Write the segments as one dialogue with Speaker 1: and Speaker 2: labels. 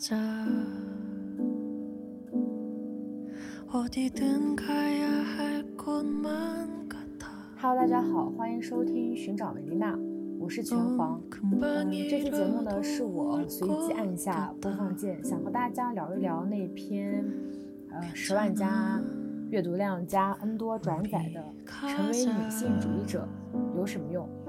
Speaker 1: Hello， 大家好，欢迎收听寻找梅丽娜，我是拳皇。这期节目呢是我随机按下播放键，想和大家聊一聊那篇10万加阅读量加 N 多转载的《成为女性主义者有什么用》。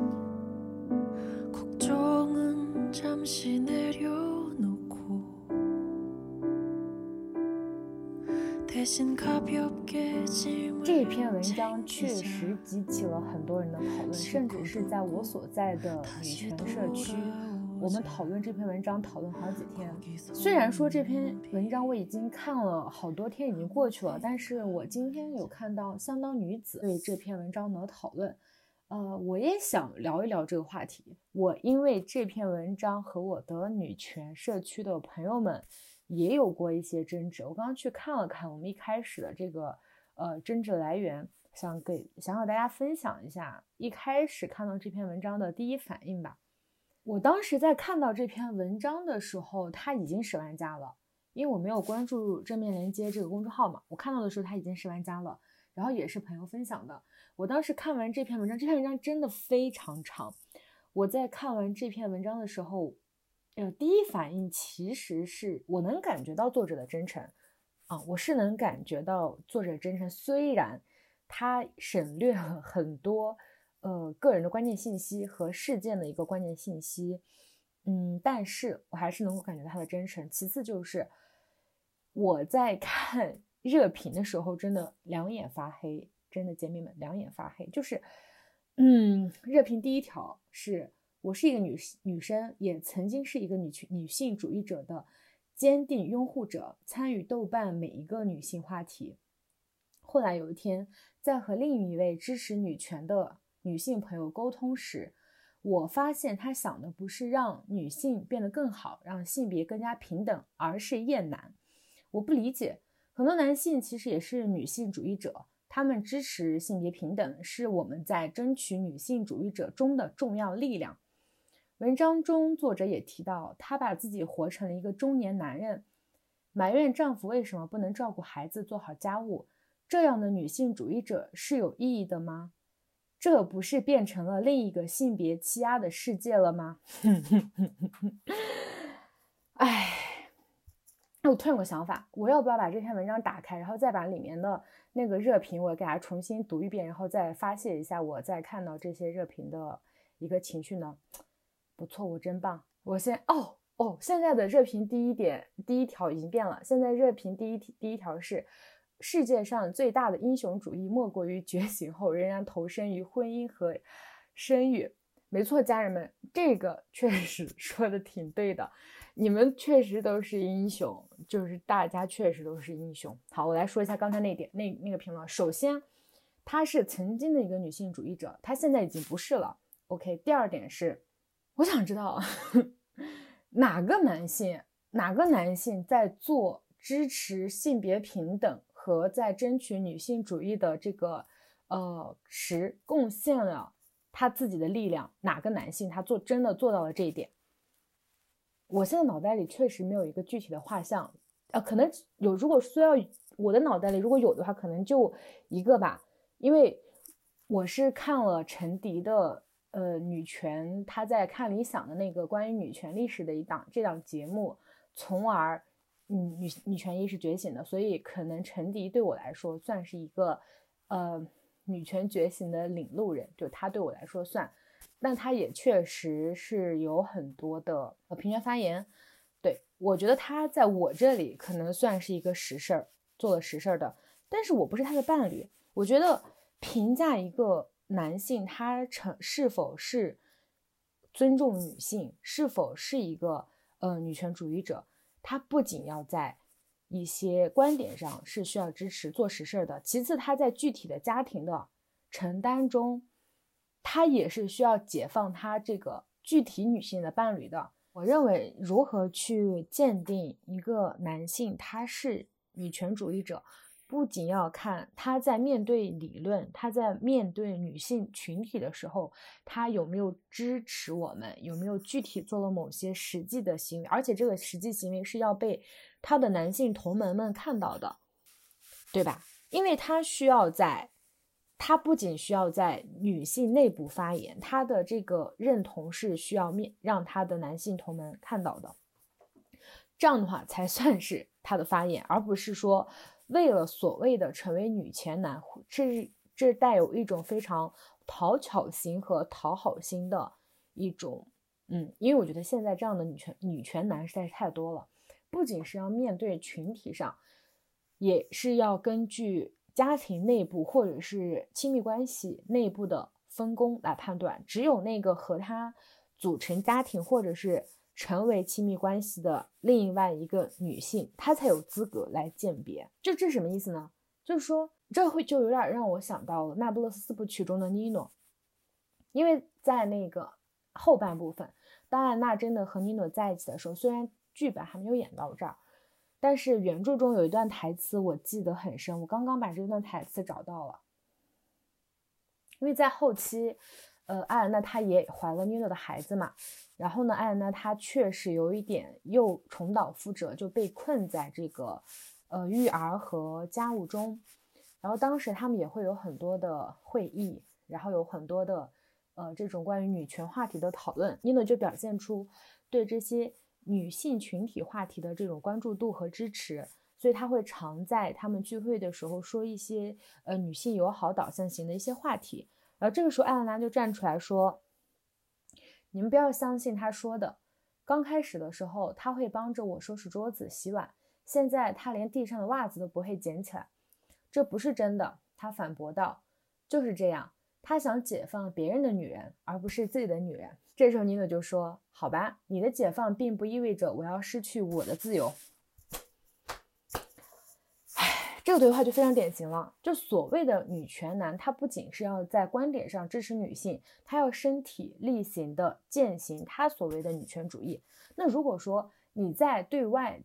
Speaker 1: 这篇文章确实激起了很多人的讨论，甚至是在我所在的女权社区，我们讨论这篇文章讨论好几天。虽然说这篇文章我已经看了好多天，已经过去了，但是我今天有看到相当女子对这篇文章的讨论，我也想聊一聊这个话题。我因为这篇文章和我的女权社区的朋友们也有过一些争执。我刚刚去看了看我们一开始的这个争执来源，想和大家分享一下一开始看到这篇文章的第一反应吧。我当时在看到这篇文章的时候，它已经10万加了，因为我没有关注正面连接这个公众号嘛，我看到的时候它已经10万加了，然后也是朋友分享的。我当时看完这篇文章，这篇文章真的非常长。我在看完这篇文章的时候，第一反应其实是我能感觉到作者的真诚我是能感觉到作者真诚，虽然他省略了很多个人的关键信息和事件的一个关键信息，但是我还是能够感觉到他的真诚。其次就是我在看热评的时候真的两眼发黑，真的姐妹们两眼发黑，就是热评第一条是我是一个女生，也曾经是一个女性主义者的坚定拥护者，参与豆瓣每一个女性话题。后来有一天在和另一位支持女权的女性朋友沟通时，我发现她想的不是让女性变得更好，让性别更加平等，而是厌男。我不理解，很多男性其实也是女性主义者，他们支持性别平等，是我们在争取女性主义者中的重要力量。文章中作者也提到，她把自己活成了一个中年男人，埋怨丈夫为什么不能照顾孩子做好家务，这样的女性主义者是有意义的吗？这不是变成了另一个性别欺压的世界了吗？我突然有个想法，我要不要把这篇文章打开，然后再把里面的那个热评我给它重新读一遍，然后再发泄一下我在看到这些热评的一个情绪呢？不错，我真棒。我现在的热评第一条已经变了，现在热评第一条是世界上最大的英雄主义莫过于觉醒后仍然投身于婚姻和生育。没错，家人们，这个确实说的挺对的，你们确实都是英雄，就是大家确实都是英雄。好，我来说一下刚才那点那个评论。首先，她是曾经的一个女性主义者，她现在已经不是了。OK， 第二点是，我想知道哪个男性在做支持性别平等和在争取女性主义的这个时贡献了他自己的力量，哪个男性他真的做到了这一点？我现在脑袋里确实没有一个具体的画像，可能有，如果需要我的脑袋里如果有的话，可能就一个吧，因为我是看了陈迪的女权，他在看理想的那个关于女权历史的这档节目，从而女权意识觉醒的，所以可能陈迪对我来说算是一个女权觉醒的领路人，就他对我来说算，但他也确实是有很多的平权发言。对，我觉得他在我这里可能算是一个实事儿，做了实事儿的，但是我不是他的伴侣。我觉得评价一个男性他是否是尊重女性，是否是一个女权主义者，他不仅要在一些观点上是需要支持做实事的，其次他在具体的家庭的承担中，他也是需要解放他这个具体女性的伴侣的。我认为如何去鉴定一个男性他是女权主义者， 不仅要看他在面对理论，他在面对女性群体的时候，他有没有支持我们，有没有具体做了某些实际的行为，而且这个实际行为是要被他的男性同门们看到的，对吧？因为他不仅需要在女性内部发言，他的这个认同是需要让他的男性同门看到的，这样的话才算是他的发言，而不是说为了所谓的成为女权男，这带有一种非常讨巧型和讨好型的一种因为我觉得现在这样的女权男实在是太多了，不仅是要面对群体上，也是要根据家庭内部或者是亲密关系内部的分工来判断，只有那个和他组成家庭或者是成为亲密关系的另外一个女性，她才有资格来鉴别。这是什么意思呢？就是说这就有点让我想到了那不勒斯4部曲中的妮诺，因为在那个后半部分，当艾娜真的和妮诺在一起的时候，虽然剧本还没有演到这儿，但是原著中有一段台词我记得很深，我刚刚把这段台词找到了。因为在后期艾莲娜她也怀了妮诺的孩子嘛，然后呢艾莲娜她确实有一点又重蹈覆辙，就被困在这个育儿和家务中，然后当时他们也会有很多的会议，然后有很多的这种关于女权话题的讨论，妮诺就表现出对这些女性群体话题的这种关注度和支持，所以他会常在他们聚会的时候说一些女性友好导向型的一些话题。然后这个时候艾莲娜就站出来说，你们不要相信他说的，刚开始的时候他会帮着我收拾桌子洗碗，现在他连地上的袜子都不会捡起来，这不是真的。他反驳道，就是这样，他想解放别人的女人而不是自己的女人。这时候妮诺就说，好吧，你的解放并不意味着我要失去我的自由。这个对话就非常典型了，就所谓的女权男，他不仅是要在观点上支持女性，他要身体力行的践行他所谓的女权主义。那如果说你在对外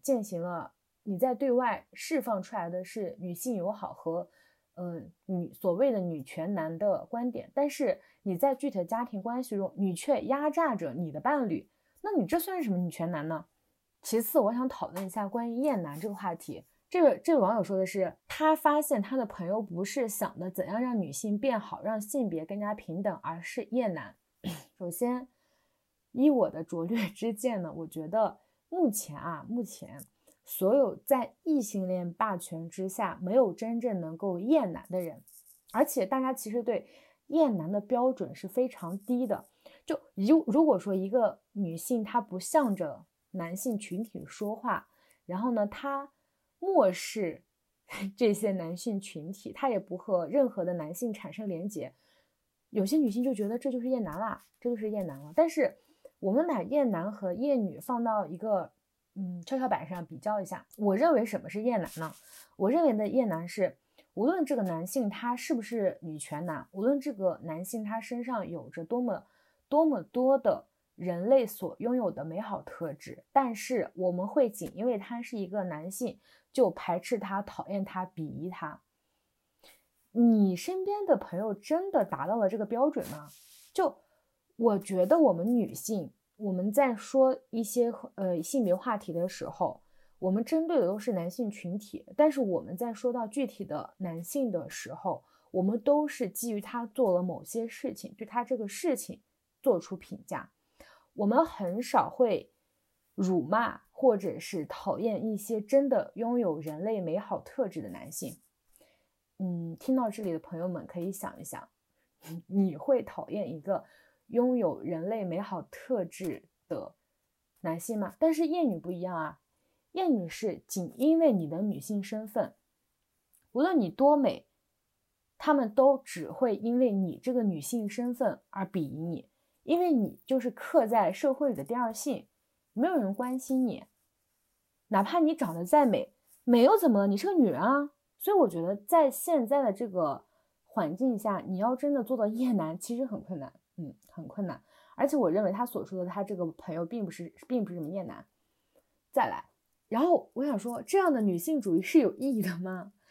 Speaker 1: 释放出来的是女性友好和所谓的女权男的观点，但是你在具体的家庭关系中你却压榨着你的伴侣，那你这算是什么女权男呢？其次我想讨论一下关于厌男这个话题。这个网友说的是，他发现他的朋友不是想的怎样让女性变好，让性别更加平等，而是厌男。首先依我的拙劣之见呢，我觉得目前所有在异性恋霸权之下没有真正能够厌男的人，而且大家其实对厌男的标准是非常低的。就如果说一个女性她不向着男性群体说话，然后呢她漠视这些男性群体，她也不和任何的男性产生连结，有些女性就觉得这就是厌男啦，这就是厌男了。但是我们把厌男和厌女放到一个跷跷板上比较一下，我认为什么是厌男呢？我认为的厌男是，无论这个男性他是不是女权男，无论这个男性他身上有着多么多的人类所拥有的美好特质，但是我们会仅因为他是一个男性就排斥他、讨厌他、鄙夷他。你身边的朋友真的达到了这个标准吗？就我觉得我们女性，我们在说一些性别话题的时候，我们针对的都是男性群体，但是我们在说到具体的男性的时候，我们都是基于他做了某些事情，对他这个事情做出评价，我们很少会辱骂或者是讨厌一些真的拥有人类美好特质的男性。听到这里的朋友们可以想一想，你会讨厌一个拥有人类美好特质的男性吗？但是厌女不一样啊，厌女是仅因为你的女性身份，无论你多美，他们都只会因为你这个女性身份而鄙夷你，因为你就是刻在社会里的第二性，没有人关心你，哪怕你长得再美，美又怎么了？你是个女人啊。所以我觉得在现在的这个环境下，你要真的做到厌男其实很困难，很困难。而且我认为他所说的他这个朋友并不是什么厌男。再来，然后我想说，这样的女性主义是有意义的吗？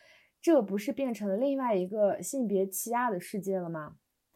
Speaker 1: 这不是变成了另外一个性别欺压的世界了吗？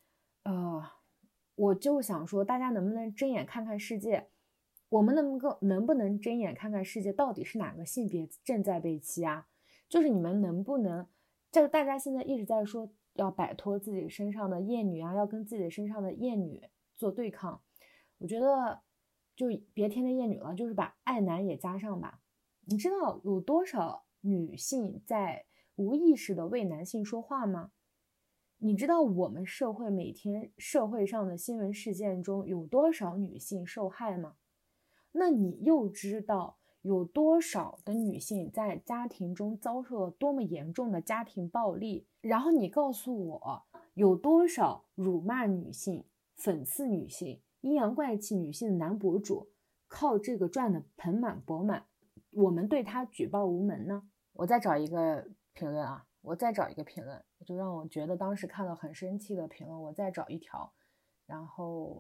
Speaker 1: 我就想说，大家能不能睁眼看看世界？我们能不能睁眼看看世界，到底是哪个性别正在被欺压？就是你们能不能，这大家现在一直在说要摆脱自己身上的厌女啊，要跟自己身上的厌女做对抗。我觉得就别天天厌女了，就是把爱男也加上吧。你知道有多少女性在无意识的为男性说话吗？你知道我们社会每天社会上的新闻事件中有多少女性受害吗？那你又知道有多少的女性在家庭中遭受了多么严重的家庭暴力？然后你告诉我，有多少辱骂女性、讽刺女性、阴阳怪气女性的男博主靠这个赚得盆满钵满，我们对他举报无门呢？我再找一个评论啊，就让我觉得当时看了很生气的评论，我再找一条，然后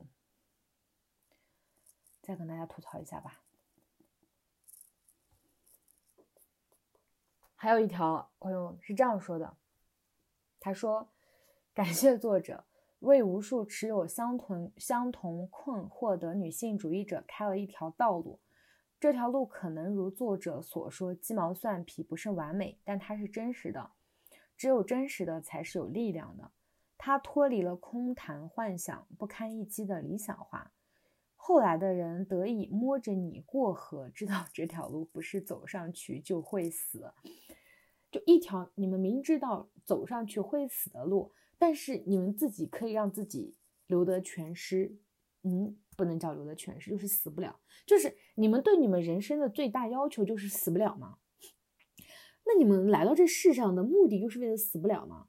Speaker 1: 再跟大家吐槽一下吧。还有一条朋友是这样说的，他说：感谢作者为无数持有相同困惑的女性主义者开了一条道路。这条路可能如作者所说鸡毛蒜皮，不是完美，但它是真实的。只有真实的才是有力量的。它脱离了空谈幻想不堪一击的理想化。后来的人得以摸着你过河，知道这条路不是走上去就会死，就一条你们明知道走上去会死的路，但是你们自己可以让自己留得全尸。不能叫留得全尸，就是死不了。就是你们对你们人生的最大要求就是死不了吗？那你们来到这世上的目的就是为了死不了吗？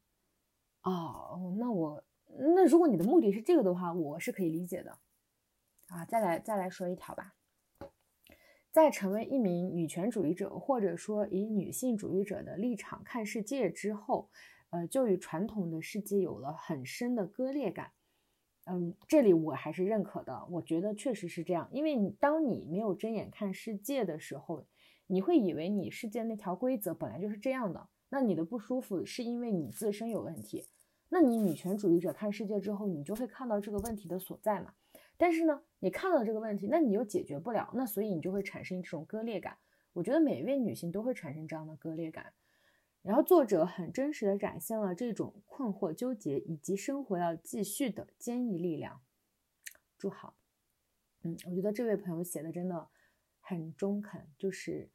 Speaker 1: 那如果你的目的是这个的话，我是可以理解的啊。再来说一条吧。在成为一名女权主义者，或者说以女性主义者的立场看世界之后，就与传统的世界有了很深的割裂感。这里我还是认可的，我觉得确实是这样。因为当你没有睁眼看世界的时候，你会以为你世界那条规则本来就是这样的，那你的不舒服是因为你自身有问题。那你女权主义者看世界之后，你就会看到这个问题的所在嘛。但是呢，你看到这个问题，那你又解决不了，那所以你就会产生这种割裂感。我觉得每一位女性都会产生这样的割裂感。然后作者很真实的展现了这种困惑纠结以及生活要继续的坚毅力量。祝好。我觉得这位朋友写的真的很中肯，就是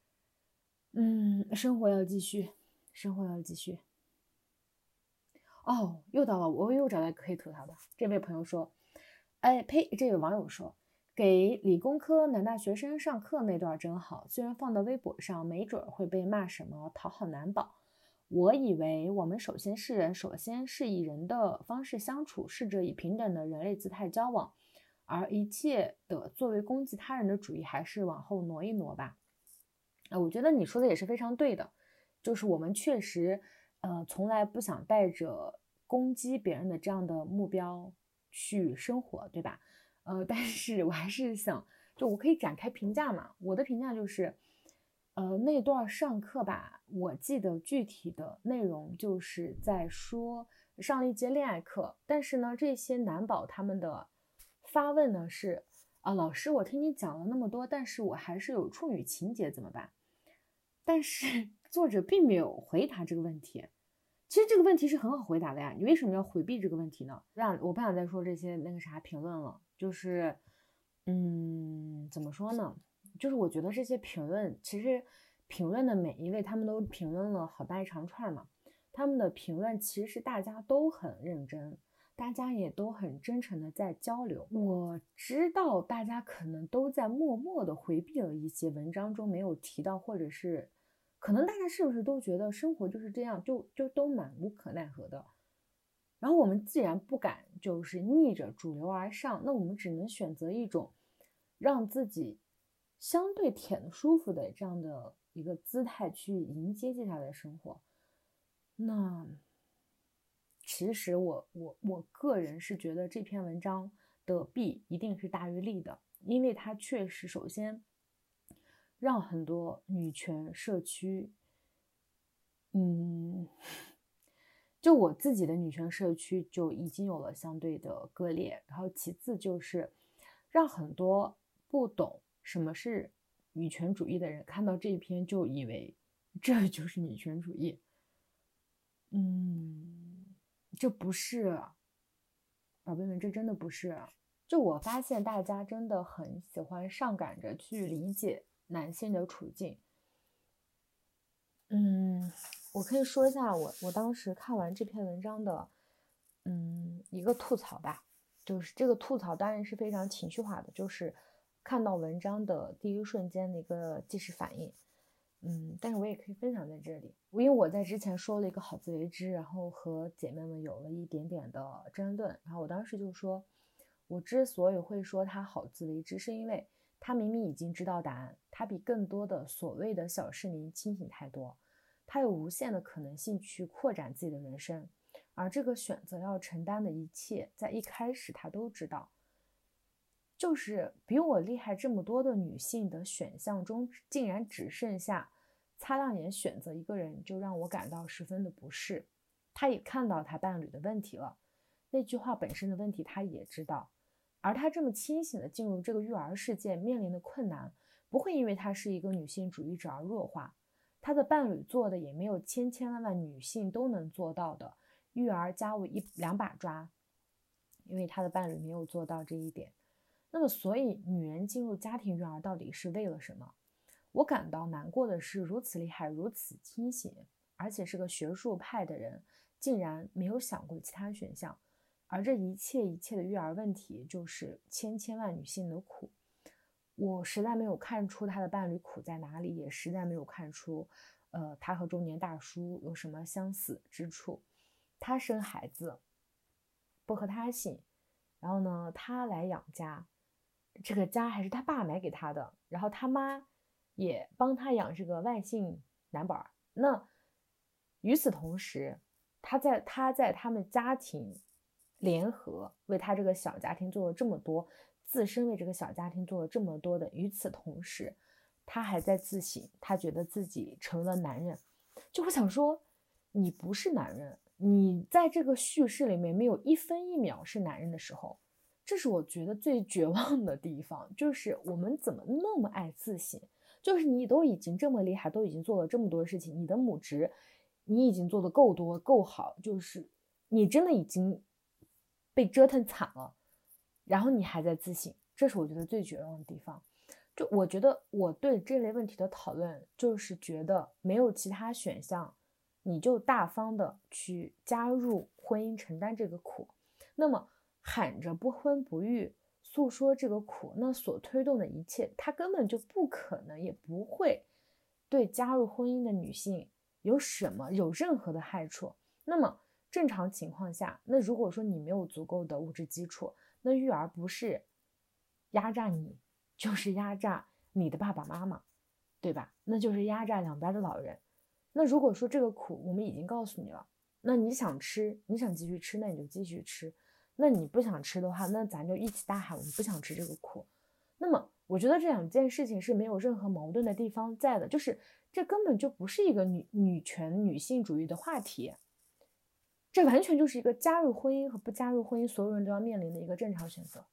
Speaker 1: 生活要继续，生活要继续。又到了，我又找到可以吐槽的。这位朋友说，这位网友说，给理工科男大学生上课那段真好，虽然放到微博上没准会被骂什么讨好难保。我以为我们首先是人，首先是以人的方式相处，试着以平等的人类姿态交往，而一切的作为攻击他人的主义还是往后挪一挪吧。我觉得你说的也是非常对的，就是我们确实从来不想带着攻击别人的这样的目标去生活，对吧？但是我还是想，就我可以展开评价嘛。我的评价就是，那段上课吧，我记得具体的内容就是在说上了一节恋爱课，但是呢，这些男宝他们的发问呢是老师，我听你讲了那么多，但是我还是有处女情节怎么办？但是作者并没有回答这个问题。其实这个问题是很好回答的呀，你为什么要回避这个问题呢？我不想再说这些评论了，就是怎么说呢，就是我觉得这些评论，其实评论的每一位他们都评论了好大一长串嘛，他们的评论其实大家都很认真，大家也都很真诚的在交流。我知道大家可能都在默默的回避了一些文章中没有提到，或者是可能大家是不是都觉得生活就是这样，就都蛮无可奈何的。然后我们既然不敢就是逆着主流而上，那我们只能选择一种让自己相对舔得舒服的这样的一个姿态去迎接接下来的生活。那其实我个人是觉得这篇文章的弊一定是大于利的，因为它确实首先让很多女权社区就我自己的女权社区就已经有了相对的割裂，然后其次就是让很多不懂什么是女权主义的人看到这一篇就以为这就是女权主义。这不是，宝贝们，这真的不是。就我发现大家真的很喜欢上赶着去理解男性的处境。我可以说一下我当时看完这篇文章的一个吐槽吧，就是这个吐槽当然是非常情绪化的，就是看到文章的第一瞬间的一个即时反应。但是我也可以分享在这里，因为我在之前说了一个好自为之，然后和姐妹们有了一点点的争论，然后我当时就说，我之所以会说他好自为之，是因为他明明已经知道答案，他比更多的所谓的小市民清醒太多，他有无限的可能性去扩展自己的人生，而这个选择要承担的一切，在一开始他都知道。就是比我厉害这么多的女性的选项中，竟然只剩下擦亮眼选择一个人，就让我感到十分的不适。他也看到他伴侣的问题了，那句话本身的问题他也知道，而他这么清醒的进入这个育儿世界面临的困难，不会因为他是一个女性主义者而弱化。他的伴侣做的也没有千千万万女性都能做到的，育儿家务两把抓，因为他的伴侣没有做到这一点。那么所以女人进入家庭育儿到底是为了什么？我感到难过的是，如此厉害如此清醒而且是个学术派的人竟然没有想过其他选项，而这一切的育儿问题就是千千万女性的苦。我实在没有看出他的伴侣苦在哪里，也实在没有看出他和中年大叔有什么相似之处。他生孩子不和他姓，然后呢他来养家，这个家还是他爸买给他的，然后他妈也帮他养这个外姓男宝。那与此同时，他在他们家庭联合为他这个小家庭做了这么多，自身为这个小家庭做了这么多的，与此同时他还在自省，他觉得自己成了男人。就我想说，你不是男人，你在这个叙事里面没有一分一秒是男人的时候，这是我觉得最绝望的地方。就是我们怎么那么爱自省，就是你都已经这么厉害，都已经做了这么多事情，你的母职你已经做得够多够好，就是你真的已经被折腾惨了，然后你还在自省，这是我觉得最绝望的地方。就我觉得我对这类问题的讨论，就是觉得没有其他选项，你就大方的去加入婚姻，承担这个苦。那么喊着不婚不育，诉说这个苦，那所推动的一切，它根本就不可能，也不会对加入婚姻的女性有任何的害处。那么正常情况下，那如果说你没有足够的物质基础，那育儿不是压榨你，就是压榨你的爸爸妈妈，对吧？那就是压榨两边的老人。那如果说这个苦我们已经告诉你了，那你想吃，你想继续吃，那你就继续吃。那你不想吃的话，那咱就一起大喊我们不想吃这个苦。那么我觉得这两件事情是没有任何矛盾的地方在的，就是这根本就不是一个女权女性主义的话题，这完全就是一个加入婚姻和不加入婚姻所有人都要面临的一个正常选择。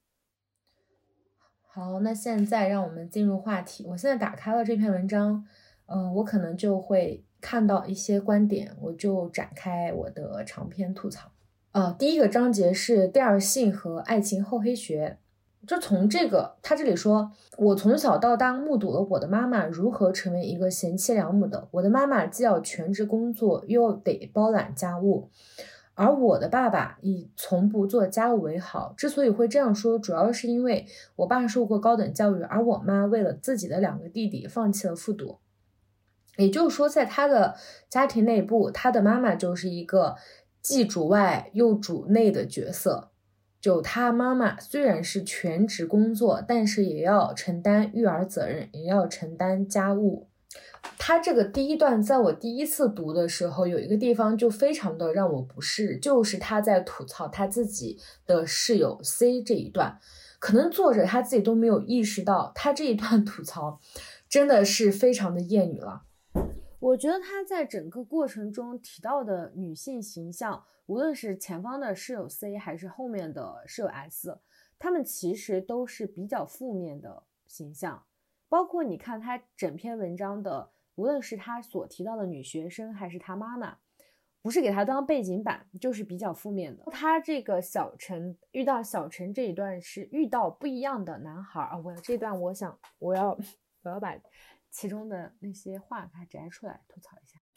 Speaker 1: 好，那现在让我们进入话题。我现在打开了这篇文章，我可能就会看到一些观点，我就展开我的长篇吐槽。第一个章节是第二性和爱情厚黑学。就从他这里说，我从小到大目睹了我的妈妈如何成为一个贤妻良母的。我的妈妈既要全职工作，又得包揽家务，而我的爸爸以从不做家务为豪。之所以会这样说，主要是因为我爸受过高等教育，而我妈为了自己的2个弟弟放弃了复读。也就是说，在他的家庭内部，他的妈妈就是一个既主外又主内的角色。就他妈妈虽然是全职工作，但是也要承担育儿责任，也要承担家务。他这个第一段在我第一次读的时候，有一个地方就非常的让我不适，就是他在吐槽他自己的室友 C 这一段。可能作者他自己都没有意识到，他这一段吐槽真的是非常的厌女了。 我觉得他在整个过程中提到的女性形象，无论是前方的室友 C 还是后面的室友 S， 他们其实都是比较负面的形象。包括你看他整篇文章的，无论是他所提到的女学生还是他妈妈，不是给他当背景板，就是比较负面的。他这个小陈遇到小陈这一段是遇到不一样的男孩啊，我这段我要把其中的那些话给它摘出来吐槽一下。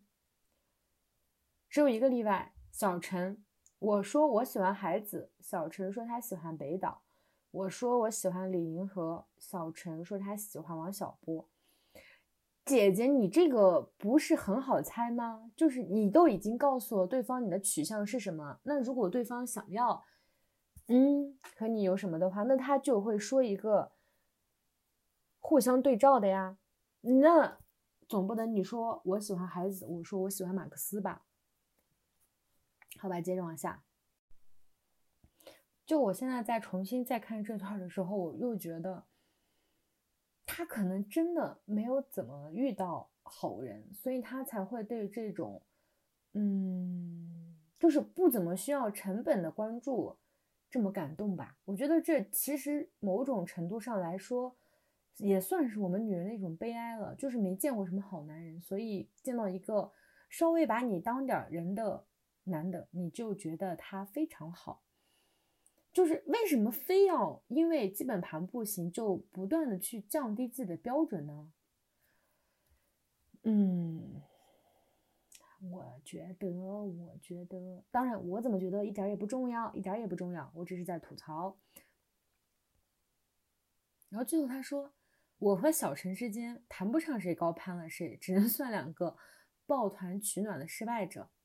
Speaker 1: 只有一个例外，小陈，我说我喜欢海子，小陈说他喜欢北岛，我说我喜欢李银河，小陈说他喜欢王小波。姐姐，你这个不是很好猜吗？就是你都已经告诉了对方你的取向是什么，那如果对方想要和你有什么的话，那他就会说一个互相对照的呀。那总不能你说我喜欢海子，我说我喜欢马克思吧？好吧，接着往下。就我现在再重新再看这段的时候，我又觉得他可能真的没有怎么遇到好人，所以他才会对这种就是不怎么需要成本的关注这么感动吧。我觉得这其实某种程度上来说也算是我们女人的一种悲哀了，就是没见过什么好男人，所以见到一个稍微把你当点人的男的，你就觉得他非常好。就是为什么非要因为基本盘不行就不断的去降低自己的标准呢？我觉得，当然我怎么觉得一点也不重要，一点也不重要，我只是在吐槽。然后最后他说，我和小陈之间谈不上谁高攀了谁，只能算两个抱团取暖的失败者。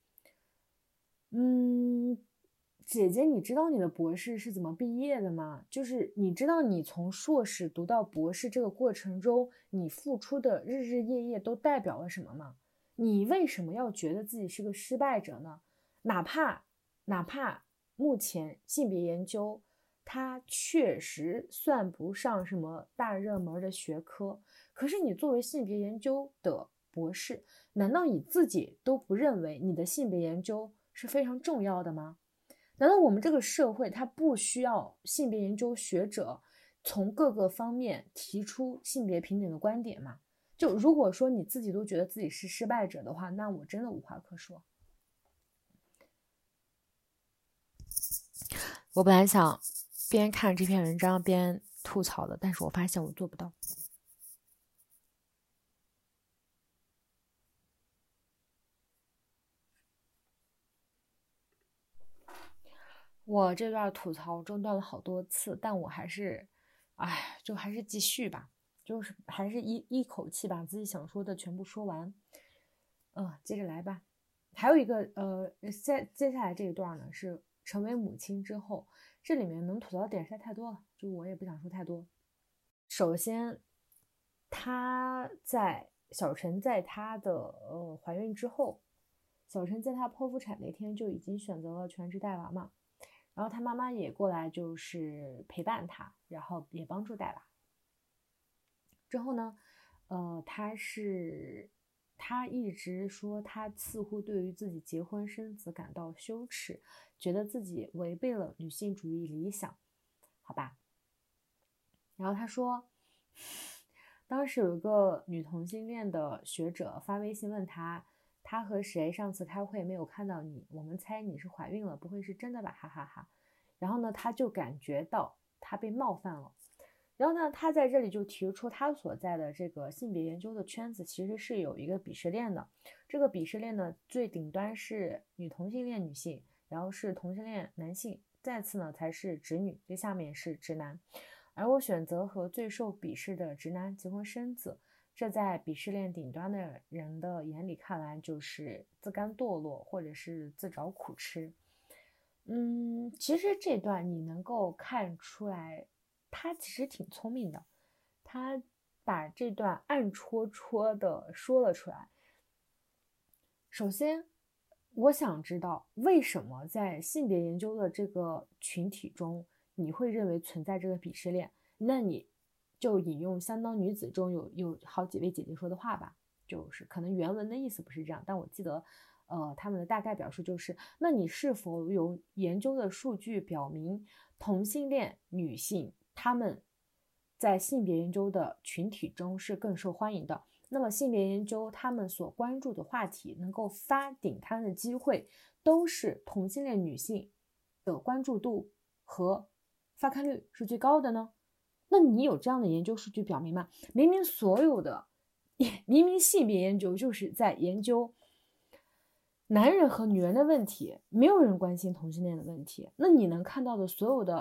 Speaker 1: 姐姐，你知道你的博士是怎么毕业的吗？就是你知道你从硕士读到博士这个过程中，你付出的日日夜夜都代表了什么吗？你为什么要觉得自己是个失败者呢？哪怕目前性别研究它确实算不上什么大热门的学科，可是你作为性别研究的博士，难道你自己都不认为你的性别研究是非常重要的吗？难道我们这个社会它不需要性别研究学者从各个方面提出性别平等的观点吗？就如果说你自己都觉得自己是失败者的话，那我真的无话可说。我本来想边看这篇文章边吐槽的，但是我发现我做不到。我这段吐槽中断了好多次，但我还是，就还是继续吧，就是还是一口气把自己想说的全部说完。接着来吧。还有一个接下来这一段呢是成为母亲之后，这里面能吐槽的点实在太多了，就我也不想说太多。首先，小陈在她的怀孕之后，小陈在她剖腹产那天就已经选择了全职带娃嘛。然后他妈妈也过来，就是陪伴他，然后也帮助带娃。之后呢，他一直说他似乎对于自己结婚生子感到羞耻，觉得自己违背了女性主义理想，好吧。然后他说，当时有一个女同性恋的学者发微信问他，他和谁上次开会没有看到你？我们猜你是怀孕了，不会是真的吧？哈哈哈。然后呢，他就感觉到他被冒犯了。然后呢，他在这里就提出他所在的这个性别研究的圈子其实是有一个鄙视链的。这个鄙视链呢，最顶端是女同性恋女性，然后是同性恋男性，再次呢才是直女，最下面是直男。而我选择和最受鄙视的直男结婚生子，这在鄙视链顶端的人的眼里看来就是自甘堕落，或者是自找苦吃。其实这段你能够看出来，他其实挺聪明的，他把这段暗戳戳的说了出来。首先，我想知道为什么在性别研究的这个群体中，你会认为存在这个鄙视链？那你就引用《相当女子》中有好几位姐姐说的话吧， 就是可能原文的意思不是这样，但我记得他们的大概表述就是，那你是否有研究的数据表明同性恋女性她们在性别研究的群体中是更受欢迎的？那么性别研究他们所关注的话题能够发顶刊的机会都是同性恋女性的关注度和发刊率是最高的呢？那你有这样的研究数据表明吗？明明性别研究就是在研究男人和女人的问题，没有人关心同性恋的问题。那你能看到的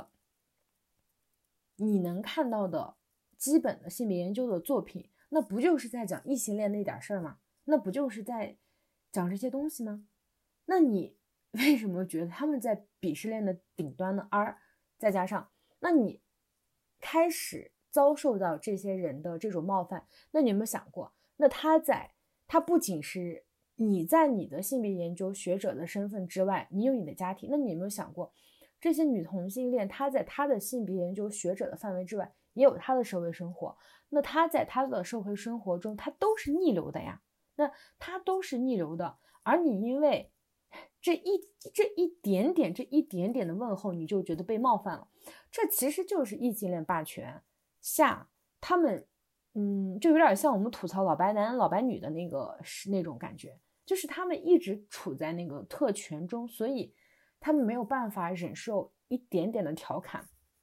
Speaker 1: 基本的性别研究的作品，那不就是在讲异性恋那点事儿吗？那不就是在讲这些东西吗？那你为什么觉得他们在鄙视链的顶端呢？而再加上，那你开始遭受到这些人的这种冒犯，那你有没有想过，那他不仅是你在你的性别研究学者的身份之外，你有你的家庭，那你有没有想过，这些女同性恋她在她的性别研究学者的范围之外，也有她的社会生活，那她在她的社会生活中，她都是逆流的呀，那她都是逆流的，而你因为这一点点的问候，你就觉得被冒犯了，这其实就是异性恋霸权下他们就有点像我们吐槽老白男老白女的那种感觉，就是他们一直处在那个特权中，所以他们没有办法忍受一点点的调侃，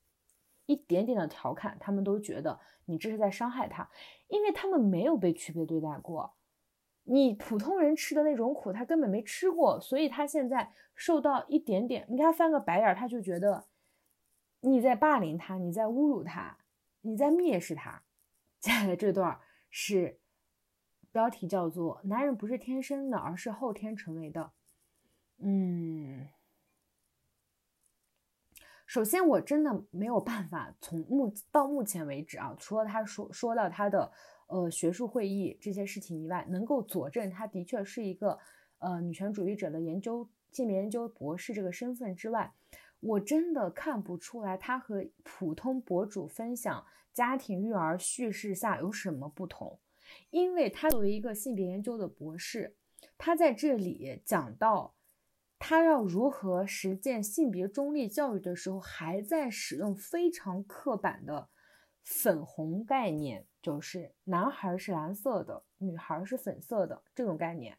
Speaker 1: 他们都觉得你这是在伤害他，因为他们没有被区别对待过，你普通人吃的那种苦他根本没吃过，所以他现在受到一点点，你给他翻个白眼，他就觉得你在霸凌他，你在侮辱他，你在蔑视他。接下来这段是标题叫做男人不是天生的，而是后天成为的。首先我真的没有办法到目前为止啊，除了他说到他的学术会议这些事情以外，能够佐证他的确是一个女权主义者的性别研究博士这个身份之外，我真的看不出来他和普通博主分享家庭育儿叙事下有什么不同，因为他作为一个性别研究的博士，他在这里讲到他要如何实践性别中立教育的时候，还在使用非常刻板的粉红概念，就是男孩是蓝色的，女孩是粉色的这种概念。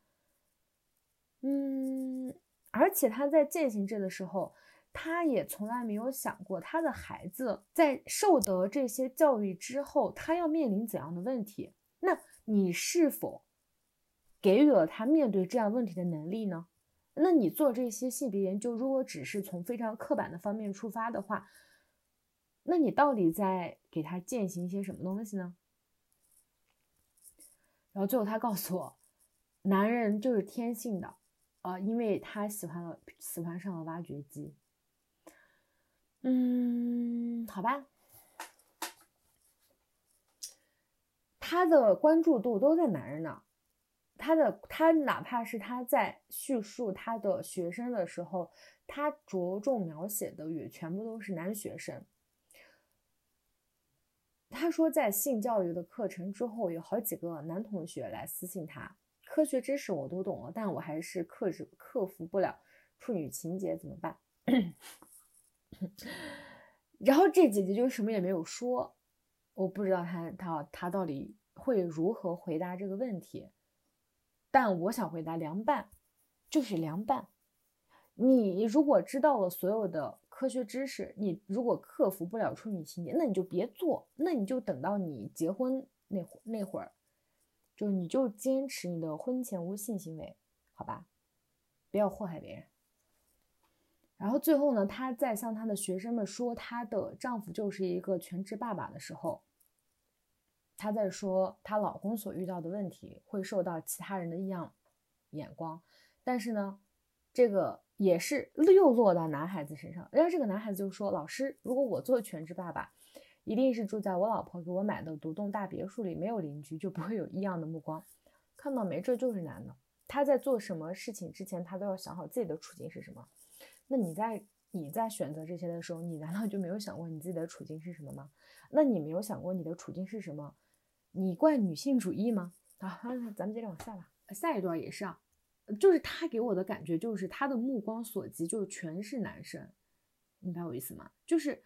Speaker 1: 而且他在践行这的时候，他也从来没有想过他的孩子在受得这些教育之后，他要面临怎样的问题。那你是否给予了他面对这样问题的能力呢？那你做这些性别研究，如果只是从非常刻板的方面出发的话，那你到底在给他践行一些什么东西呢？然后最后他告诉我，男人就是天性的，因为他喜欢上了挖掘机。好吧，他的关注度都在男人那。他哪怕是他在叙述他的学生的时候，他着重描写的也全部都是男学生。他说在性教育的课程之后，有好几个男同学来私信他，科学知识我都懂了，但我还是克服不了处女情节，怎么办？然后这姐姐就什么也没有说，我不知道他到底会如何回答这个问题。但我想回答凉拌，就是凉拌。你如果知道了所有的科学知识，你如果克服不了处女情节，那你就别做，那你就等到你结婚那会儿，就你就坚持你的婚前无性行为，好吧，不要祸害别人。然后最后呢，她在向她的学生们说她的丈夫就是一个全职爸爸的时候，她在说她老公所遇到的问题会受到其他人的异样眼光，但是呢，这个也是又落到男孩子身上。然后这个男孩子就说，老师，如果我做全职爸爸，一定是住在我老婆给我买的独栋大别墅里，没有邻居，就不会有异样的目光。看到没，这就是男的，他在做什么事情之前，他都要想好自己的处境是什么。那你在选择这些的时候，你难道就没有想过你自己的处境是什么吗？那你没有想过你的处境是什么，你怪女性主义吗？ 好，咱们接着往下吧。下一段也是啊，就是他给我的感觉就是他的目光所及就是全是男生，明白我意思吗？就是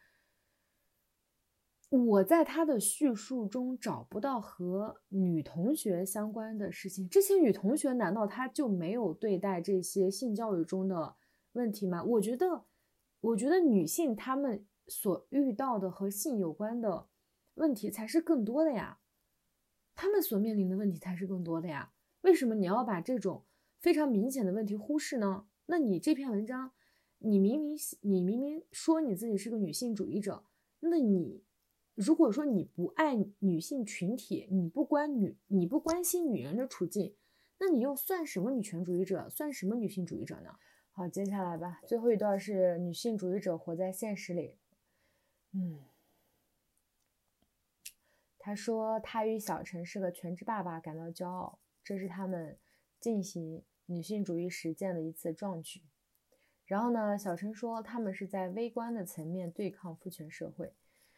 Speaker 1: 我在他的叙述中找不到和女同学相关的事情。这些女同学难道他就没有对待这些性教育中的问题吗？我觉得女性她们所遇到的和性有关的问题才是更多的呀，她们所面临的问题才是更多的呀。为什么你要把这种非常明显的问题忽视呢？那你这篇文章，你明明说你自己是个女性主义者，那你如果说你不爱女性群体，你不关心女人的处境，那你又算什么女权主义者，算什么女性主义者呢？好，接下来吧，最后一段是女性主义者活在现实里。他说他与小陈是个全职爸爸感到骄傲，这是他们进行女性主义实践的一次壮举。然后呢，小陈说他们是在微观的层面对抗父权社会。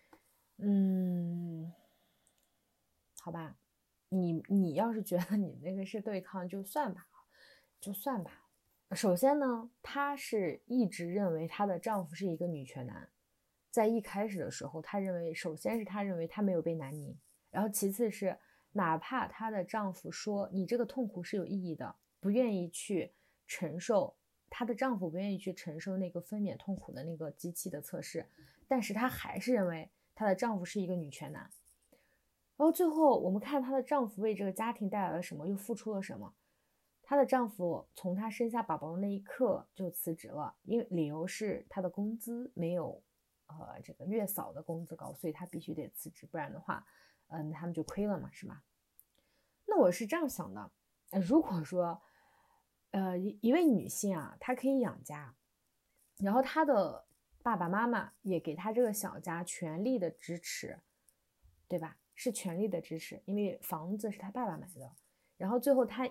Speaker 1: 好吧，你要是觉得你那个是对抗，就算吧。首先呢，她是一直认为她的丈夫是一个女权男，在一开始的时候，首先是她认为他没有被南宁，然后其次是哪怕她的丈夫说你这个痛苦是有意义的，不愿意去承受，她的丈夫不愿意去承受那个分娩痛苦的那个机器的测试，但是她还是认为她的丈夫是一个女权男。然后最后我们看她的丈夫为这个家庭带来了什么，又付出了什么。她的丈夫从她生下宝宝的那一刻就辞职了，因为理由是她的工资没有这个月嫂的工资高，所以她必须得辞职，不然的话他们就亏了嘛，是吧？那我是这样想的，如果说一位女性啊，她可以养家，然后她的爸爸妈妈也给她这个小家全力的支持，对吧？是全力的支持，因为房子是她爸爸买的，然后最后她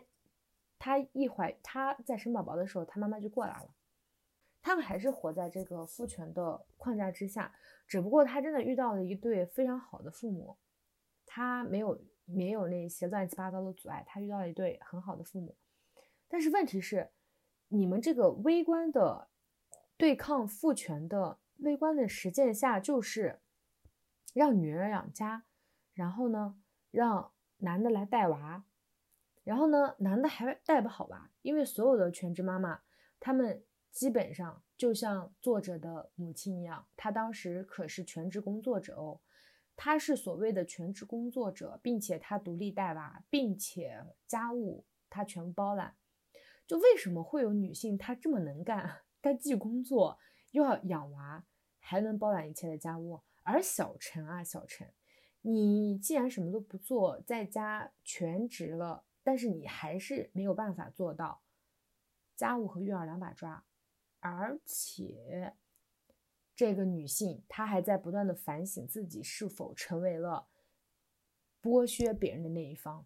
Speaker 1: 在生宝宝的时候，她妈妈就过来了。他们还是活在这个父权的框架之下，只不过她真的遇到了一对非常好的父母，她没有那些乱七八糟的阻碍，她遇到了一对很好的父母。但是问题是，你们这个微观的对抗父权的微观的实践下，就是让女人养家，然后呢让男的来带娃，然后呢男的还带不好娃，因为所有的全职妈妈他们基本上就像作者的母亲一样，她当时可是全职工作者哦，她是所谓的全职工作者，并且她独立带娃，并且家务她全部包揽。就为什么会有女性她这么能干，她既工作又要养娃，还能包揽一切的家务？而小陈，你既然什么都不做，在家全职了，但是你还是没有办法做到家务和育儿两把抓，而且这个女性她还在不断的反省自己是否成为了剥削别人的那一方。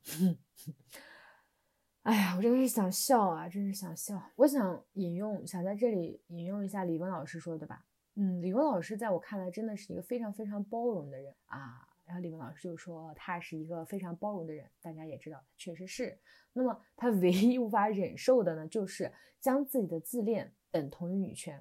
Speaker 1: 哎呀，我真是想笑啊，真是想笑。我想在这里引用一下李玟老师说的吧。李玟老师在我看来真的是一个非常非常包容的人啊。然后李玟老师就说他是一个非常包容的人，大家也知道确实是。那么他唯一无法忍受的呢，就是将自己的自恋等同于女权。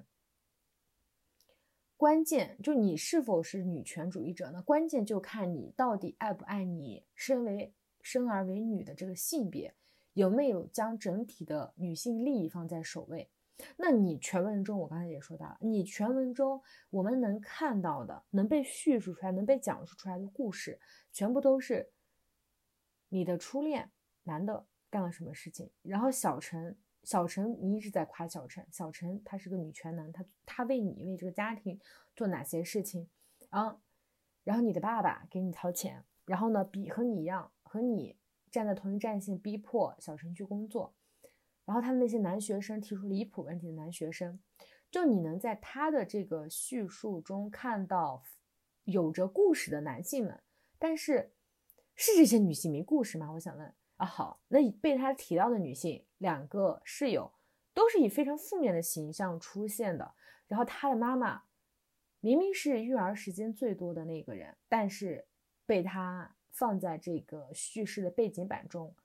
Speaker 1: 关键就你是否是女权主义者呢？关键就看你到底爱不爱你生而为女的这个性别，有没有将整体的女性利益放在首位。那你全文中我刚才也说到了，你全文中我们能看到的，能被叙述出来，能被讲述出来的故事，全部都是你的初恋男的干了什么事情。然后小陈你一直在夸小陈他是个女权男，他为这个家庭做哪些事情，然后你的爸爸给你掏钱，然后呢和你一样，和你站在同一战线，逼迫小陈去工作。然后他的那些男学生提出离谱问题的男学生，就你能在他的这个叙述中看到有着故事的男性们，但是这些女性没故事吗？我想问啊。好，那被他提到的女性2个室友都是以非常负面的形象出现的，然后他的妈妈明明是育儿时间最多的那个人，但是被他放在这个叙事的背景板中，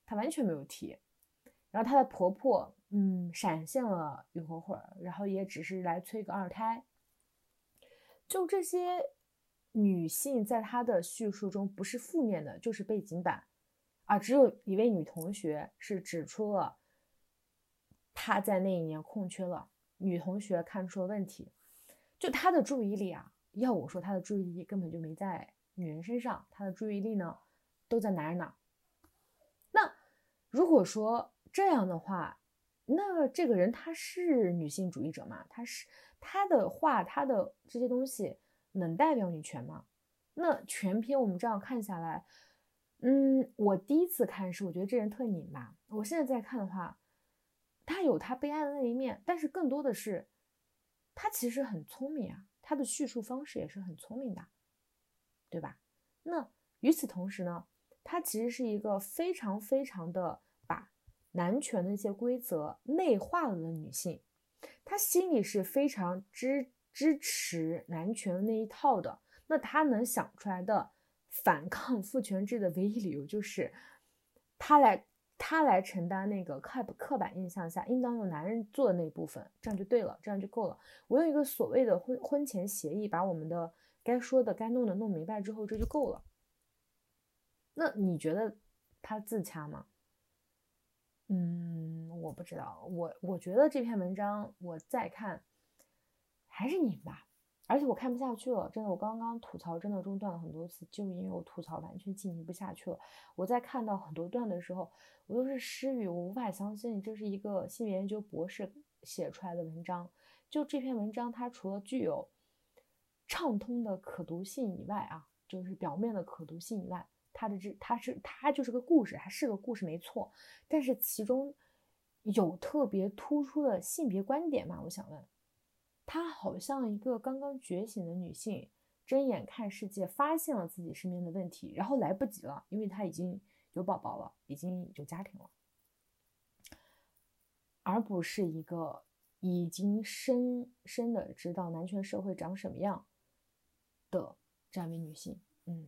Speaker 1: 她完全没有提。然后她的婆婆闪现了一会儿，然后也只是来催个2胎。就这些女性在她的叙述中不是负面的就是背景板啊，只有一位女同学是指出了她在那一年空缺了，女同学看出了问题。就她的注意力啊，要我说她的注意力根本就没在女人身上，她的注意力呢都在男人那。那如果说这样的话，那这个人他是女性主义者吗？他的话，他的这些东西能代表女权吗？那全篇我们这样看下来，我第一次看是我觉得这人特拧巴，我现在在看的话，他有他悲哀的那一面，但是更多的是他其实很聪明啊，他的叙述方式也是很聪明的，对吧？那与此同时呢，他其实是一个非常非常的把男权的一些规则内化了的女性，她心里是非常支持男权的那一套的。那她能想出来的反抗父权制的唯一理由就是她来承担那个刻板印象下应当由男人做的那一部分，这样就对了，这样就够了。我用一个所谓的婚前协议把我们的该说的该弄的弄明白之后，这就够了。那你觉得他自洽吗？我不知道，我觉得这篇文章我再看还是拧巴，而且我看不下去了，真的，我刚刚吐槽真的中断了很多次，就是因为我吐槽完全进行不下去了。我在看到很多段的时候，我都是失语，我无法相信这是一个性别研究博士写出来的文章。就这篇文章，它除了具有畅通的可读性以外啊，就是表面的可读性以外，它就是个故事，它是个故事没错，但是其中有特别突出的性别观点吗？我想问，她好像一个刚刚觉醒的女性，睁眼看世界，发现了自己身边的问题，然后来不及了，因为她已经有宝宝了，已经有家庭了，而不是一个已经深深的知道男权社会长什么样的这样一位女性。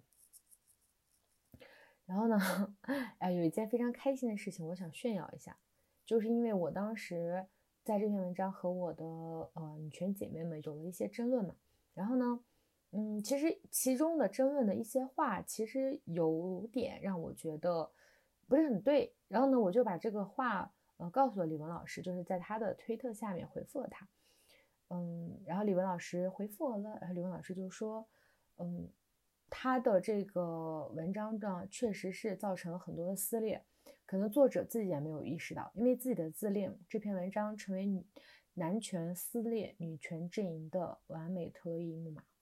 Speaker 1: 然后呢，有一件非常开心的事情，我想炫耀一下，就是因为我当时在这篇文章和我的女权姐妹们有了一些争论嘛，然后呢，其实其中的争论的一些话，其实有点让我觉得不是很对，然后呢，我就把这个话告诉了李文老师，就是在他的推特下面回复了他，然后李文老师回复我了，然后李文老师就说，他的这个文章呢，确实是造成了很多的撕裂，可能作者自己也没有意识到，因为自己的自恋，这篇文章成为男权撕裂女权阵营的完美特异木马。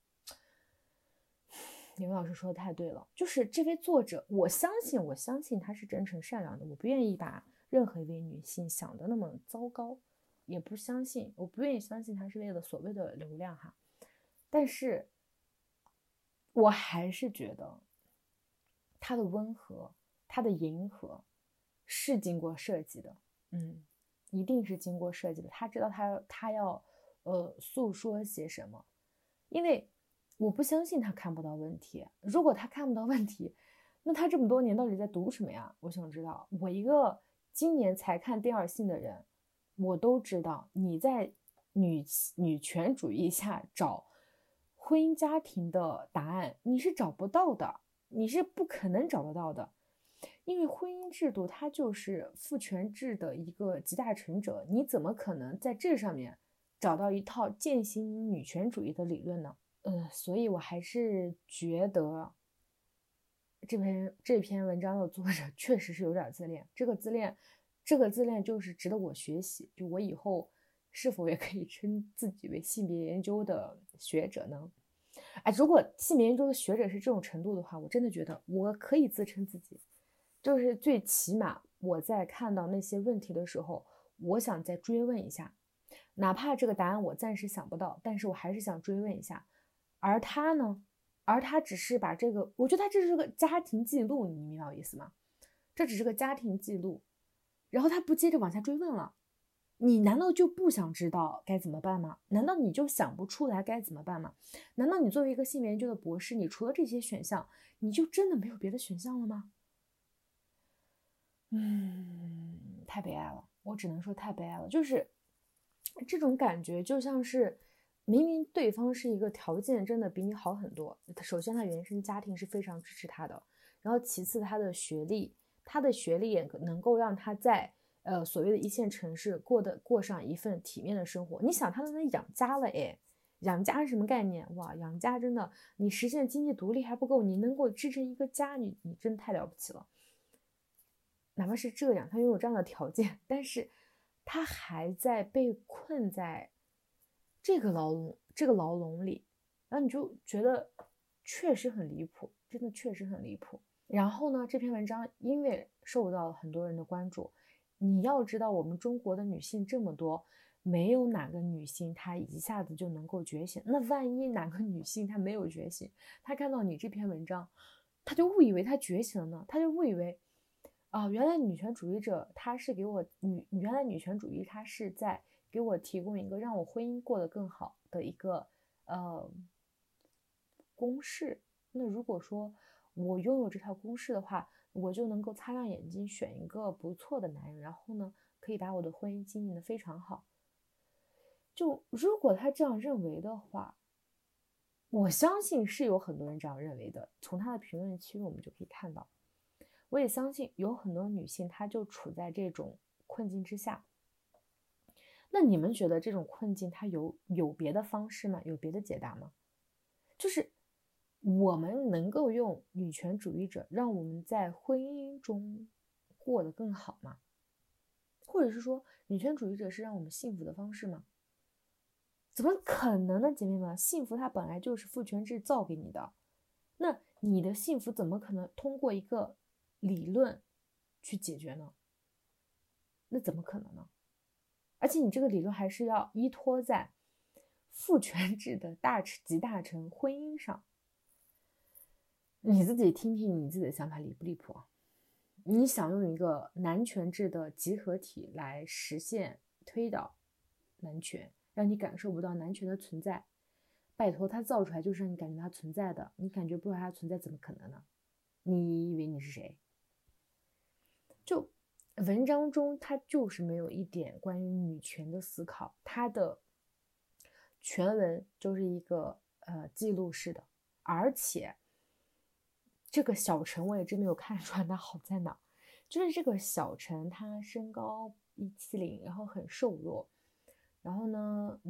Speaker 1: 李文老师说的太对了，就是这位作者，我相信他是真诚善良的，我不愿意把任何一位女性想得那么糟糕，也不相信，我不愿意相信他是为了所谓的流量哈，但是我还是觉得他的温和，他的迎合是经过设计的，一定是经过设计的。他知道他要诉说些什么，因为我不相信他看不到问题。如果他看不到问题，那他这么多年到底在读什么呀？我想知道。我一个今年才看第二性的人，我都知道你在女权主义下找婚姻家庭的答案，你是找不到的，你是不可能找得到的，因为婚姻制度它就是父权制的一个集大成者，你怎么可能在这上面找到一套践行女权主义的理论呢？所以我还是觉得这篇文章的作者确实是有点自恋，这个自恋就是值得我学习，就我以后是否也可以称自己为性别研究的学者呢？如果性别研究的学者是这种程度的话，我真的觉得我可以自称自己，就是最起码我在看到那些问题的时候，我想再追问一下，哪怕这个答案我暂时想不到，但是我还是想追问一下。而他呢？而他只是把这个，我觉得他这是个家庭记录，你明白我意思吗？这只是个家庭记录，然后他不接着往下追问了。你难道就不想知道该怎么办吗？难道你就想不出来该怎么办吗？难道你作为一个性别研究的博士，你除了这些选项，你就真的没有别的选项了吗？ 太悲哀了，我只能说太悲哀了。就是这种感觉就像是明明对方是一个条件真的比你好很多，首先他原生家庭是非常支持他的，然后其次他的学历也能够让他在所谓的一线城市过上一份体面的生活。你想他都能养家了，养家是什么概念？哇，养家真的，你实现经济独立还不够，你能够支撑一个家，你真太了不起了。哪怕是这样，他拥有这样的条件，但是他还在被困在这个牢笼里，然后你就觉得确实很离谱，真的确实很离谱。然后呢，这篇文章因为受到了很多人的关注，你要知道我们中国的女性这么多，没有哪个女性她一下子就能够觉醒。那万一哪个女性她没有觉醒，她看到你这篇文章，她就误以为她觉醒了呢，她就误以为原来女权主义者他是给我原来女权主义他是在给我提供一个让我婚姻过得更好的一个公式。那如果说我拥有这套公式的话，我就能够擦亮眼睛选一个不错的男人，然后呢可以把我的婚姻经营得非常好。就如果他这样认为的话，我相信是有很多人这样认为的，从他的评论区我们就可以看到。我也相信有很多女性她就处在这种困境之下。那你们觉得这种困境它有别的方式吗？有别的解答吗？就是我们能够用女权主义者让我们在婚姻中过得更好吗？或者是说女权主义者是让我们幸福的方式吗？怎么可能呢，姐妹们？幸福它本来就是父权制造给你的，那你的幸福怎么可能通过一个理论去解决呢？那怎么可能呢？而且你这个理论还是要依托在父权制的集大成婚姻上。你自己听听你自己的想法离不离谱啊？你想用一个男权制的集合体来实现推导男权，让你感受不到男权的存在，拜托，他造出来就是让你感觉它存在的，你感觉不到它存在怎么可能呢？你以为你是谁？就文章中它就是没有一点关于女权的思考，它的全文就是一个记录式的，而且这个小陈我也真没有看出来它好在哪，就是这个小陈他身高170，然后很瘦弱，然后呢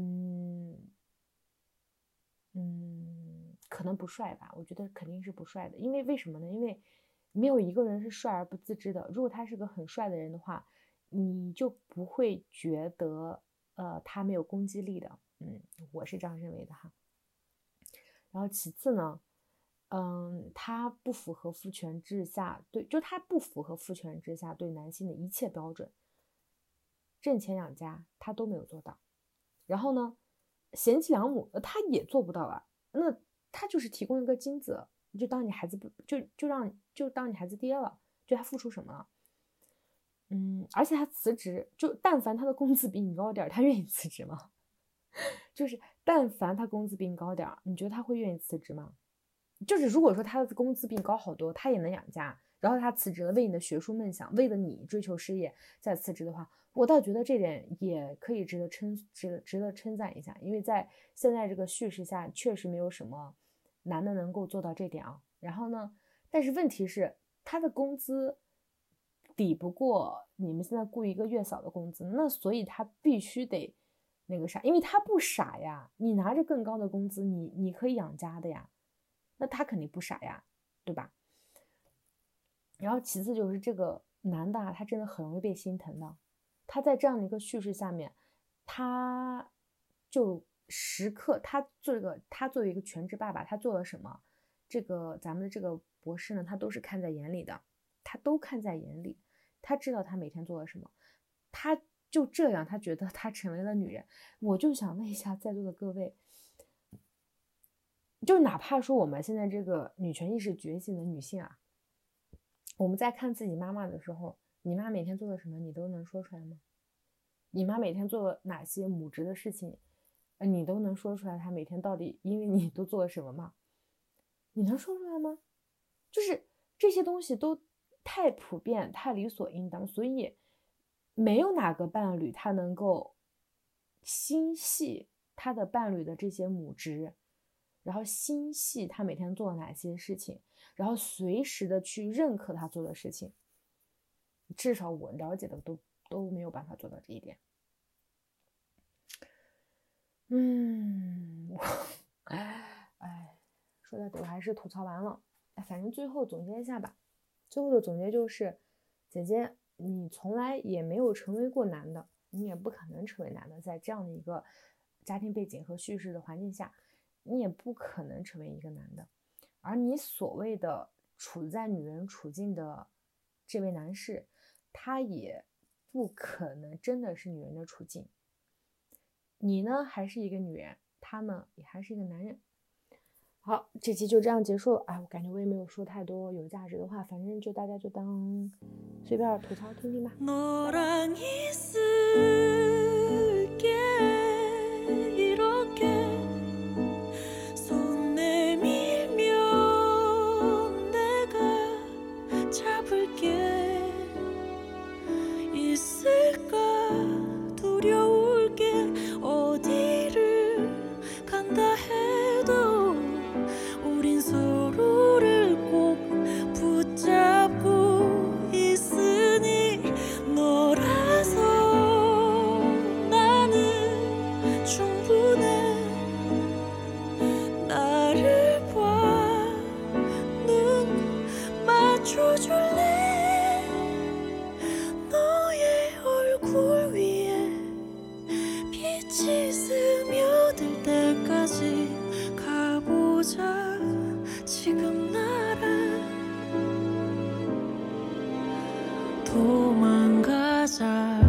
Speaker 1: 可能不帅吧，我觉得肯定是不帅的，因为为什么呢？因为没有一个人是帅而不自知的。如果他是个很帅的人的话，你就不会觉得他没有攻击力的。我是这样认为的哈。然后其次呢，他不符合父权制下他不符合父权制下对男性的一切标准，挣钱养家他都没有做到。然后呢，贤妻良母他也做不到啊。那他就是提供一个精子，就当你孩子不就当你孩子爹了，就他付出什么了？而且他辞职，就但凡他的工资比你高点，他愿意辞职吗？就是但凡他工资比你高点，你觉得他会愿意辞职吗？就是如果说他的工资比你高好多，他也能养家，然后他辞职了，为你的学术梦想，为了你追求事业再辞职的话，我倒觉得这点也可以值得称赞一下，因为在现在这个叙事下，确实没有什么男的能够做到这点啊。然后呢，但是问题是他的工资抵不过你们现在雇一个月嫂的工资，那所以他必须得那个啥，因为他不傻呀，你拿着更高的工资，你可以养家的呀，那他肯定不傻呀，对吧？然后其次就是这个男的啊，他真的很容易被心疼的。他在这样的一个叙事下面，他就时刻他作为一个全职爸爸，他做了什么？这个咱们的这个博士呢，他都是看在眼里的，他都看在眼里，他知道他每天做了什么，他就这样，他觉得他成为了女人。我就想问一下在座的各位，就哪怕说我们现在这个女权意识觉醒的女性啊，我们在看自己妈妈的时候，你妈每天做了什么，你都能说出来吗？你妈每天做了哪些母职的事情，你都能说出来？她每天到底因为你都做了什么吗？你能说出来吗？就是这些东西都太普遍太理所应当，所以没有哪个伴侣他能够心系他的伴侣的这些母职，然后心系他每天做了哪些事情，然后随时的去认可他做的事情，至少我了解的都没有办法做到这一点。说到底我还是吐槽完了。反正最后总结一下吧，最后的总结就是，姐姐你从来也没有成为过男的，你也不可能成为男的，在这样的一个家庭背景和叙事的环境下，你也不可能成为一个男的。而你所谓的处在女人处境的这位男士，他也不可能真的是女人的处境。你呢还是一个女人，他呢也还是一个男人。好，这期就这样结束了。我感觉我也没有说太多有价值的话，反正大家就当随便吐槽听听吧。
Speaker 2: 도망가자